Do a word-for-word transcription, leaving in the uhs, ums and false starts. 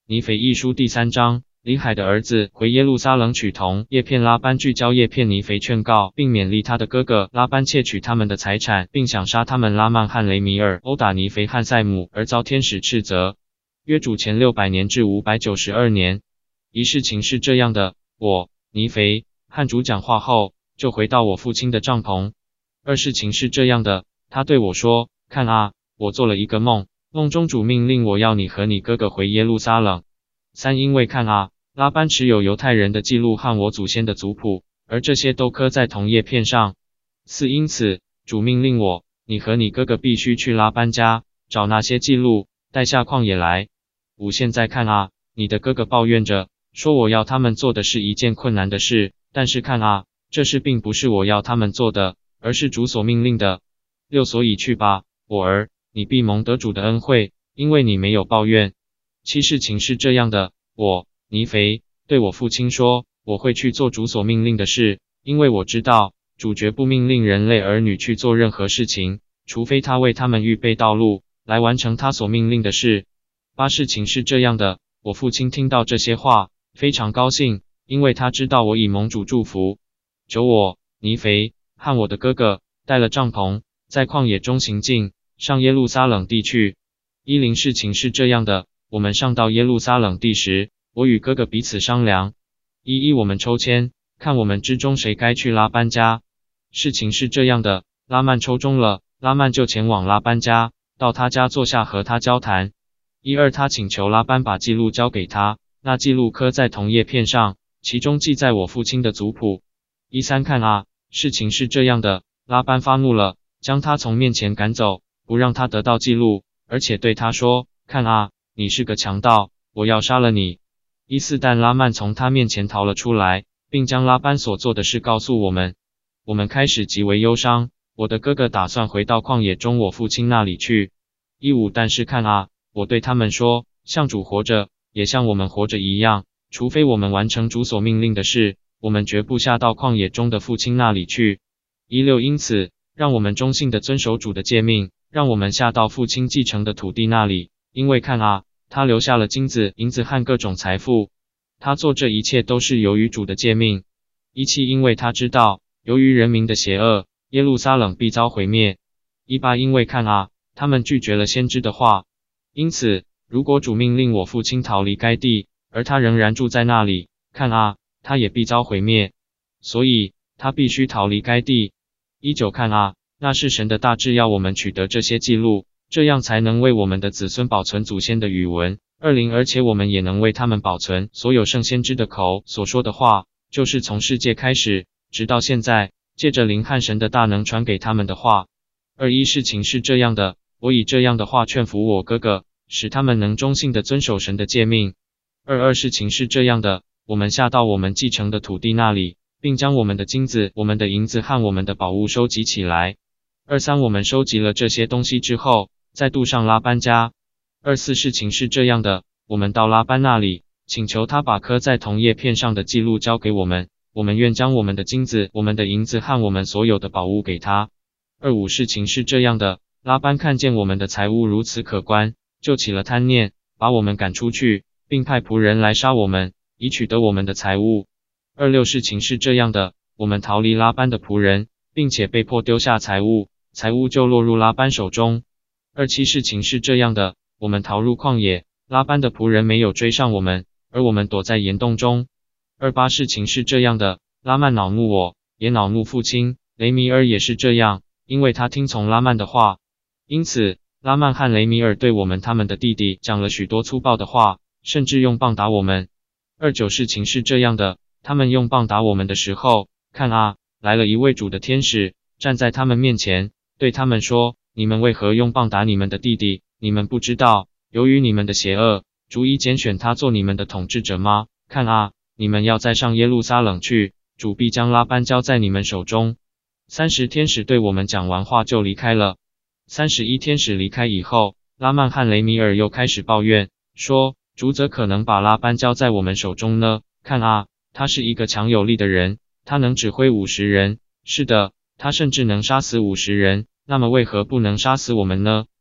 尼腓一书第三章，里海的儿子回耶路撒冷取铜。叶片拉班聚焦叶片尼腓劝告，并勉励他的哥哥拉班窃取他们的财产，并想杀他们。拉曼和雷米尔殴打尼腓和塞姆，而遭天使斥责。约主前六百年至五百九十二年。一事情是这样的，我尼腓和主讲话后，就回到我父亲的帐篷。二事情是这样的，他对我说，看啊，我做了一个梦，梦中主命令我要你和你哥哥回耶路撒冷。三因为看啊，拉班持有犹太人的记录和我祖先的族谱，而这些都刻在铜叶片上。四因此，主命令我，你和你哥哥必须去拉班家，找那些记录，带下旷野来。五现在看啊，你的哥哥抱怨着，说我要他们做的是一件困难的事，但是看啊，这事并不是我要他们做的，而是主所命令的。六所以去吧，我儿，你必蒙得主的恩惠，因为你没有抱怨。七事情是这样的，我尼腓对我父亲说，我会去做主所命令的事，因为我知道主绝不命令人类儿女去做任何事情，除非他为他们预备道路，来完成他所命令的事。八事情是这样的，我父亲听到这些话，非常高兴，因为他知道我已蒙主祝福。九我尼腓和我的哥哥带了帐篷，在旷野中行进，上耶路撒冷地去。一零事情是这样的，我们上到耶路撒冷地时，我与哥哥彼此商量。一一我们抽签，看我们之中谁该去拉班家。事情是这样的，拉曼抽中了，拉曼就前往拉班家，到他家坐下和他交谈。一二他请求拉班把记录交给他，那记录刻在铜叶片上，其中记载我父亲的族谱。一三看啊，事情是这样的，拉班发怒了，将他从面前赶走，不让他得到记录，而且对他说，看啊，你是个强盗，我要杀了你。一四但拉曼从他面前逃了出来，并将拉班所做的事告诉我们。我们开始极为忧伤，我的哥哥打算回到旷野中我父亲那里去。一五但是看啊，我对他们说，像主活着，也像我们活着一样，除非我们完成主所命令的事，我们绝不下到旷野中的父亲那里去。一六因此，让我们忠信地遵守主的诫命，让我们下到父亲继承的土地那里，因为看啊，他留下了金子、银子和各种财富。他做这一切都是由于主的诫命。一七因为他知道，由于人民的邪恶，耶路撒冷必遭毁灭。一八因为看啊，他们拒绝了先知的话。因此，如果主命令我父亲逃离该地，而他仍然住在那里，看啊，他也必遭毁灭。所以，他必须逃离该地。一九看啊，那是神的大志要我们取得这些记录，这样才能为我们的子孙保存祖先的语文。二零而且我们也能为他们保存所有圣先知的口所说的话，就是从世界开始，直到现在，借着灵和神的大能传给他们的话。二一事情是这样的，我以这样的话劝服我哥哥，使他们能忠信地遵守神的诫命。二二事情是这样的，我们下到我们继承的土地那里，并将我们的金子、我们的银子和我们的宝物收集起来。二三我们收集了这些东西之后，再渡上拉班家。二四事情是这样的，我们到拉班那里，请求他把刻在铜叶片上的记录交给我们，我们愿将我们的金子、我们的银子和我们所有的宝物给他。二五事情是这样的，拉班看见我们的财物如此可观，就起了贪念，把我们赶出去，并派仆人来杀我们，以取得我们的财物。二六事情是这样的，我们逃离拉班的仆人，并且被迫丢下财物，财物就落入拉班手中。二七事情是这样的，我们逃入旷野，拉班的仆人没有追上我们，而我们躲在岩洞中。二八事情是这样的，拉曼恼怒我，也恼怒父亲，雷米尔也是这样，因为他听从拉曼的话。因此，拉曼和雷米尔对我们他们的弟弟讲了许多粗暴的话，甚至用棒打我们。二九事情是这样的，他们用棒打我们的时候，看啊，来了一位主的天使，站在他们面前，对他们说，你们为何用棒打你们的弟弟？你们不知道，由于你们的邪恶，主已拣选他做你们的统治者吗？看啊，你们要再上耶路撒冷去，主必将拉班交在你们手中。三十天使对我们讲完话就离开了。三十一天使离开以后，拉曼和雷米尔又开始抱怨，说，主怎可能把拉班交在我们手中呢？看啊，他是一个强有力的人，他能指挥五十人，是的，他甚至能杀死五十人，那么为何不能杀死我们呢？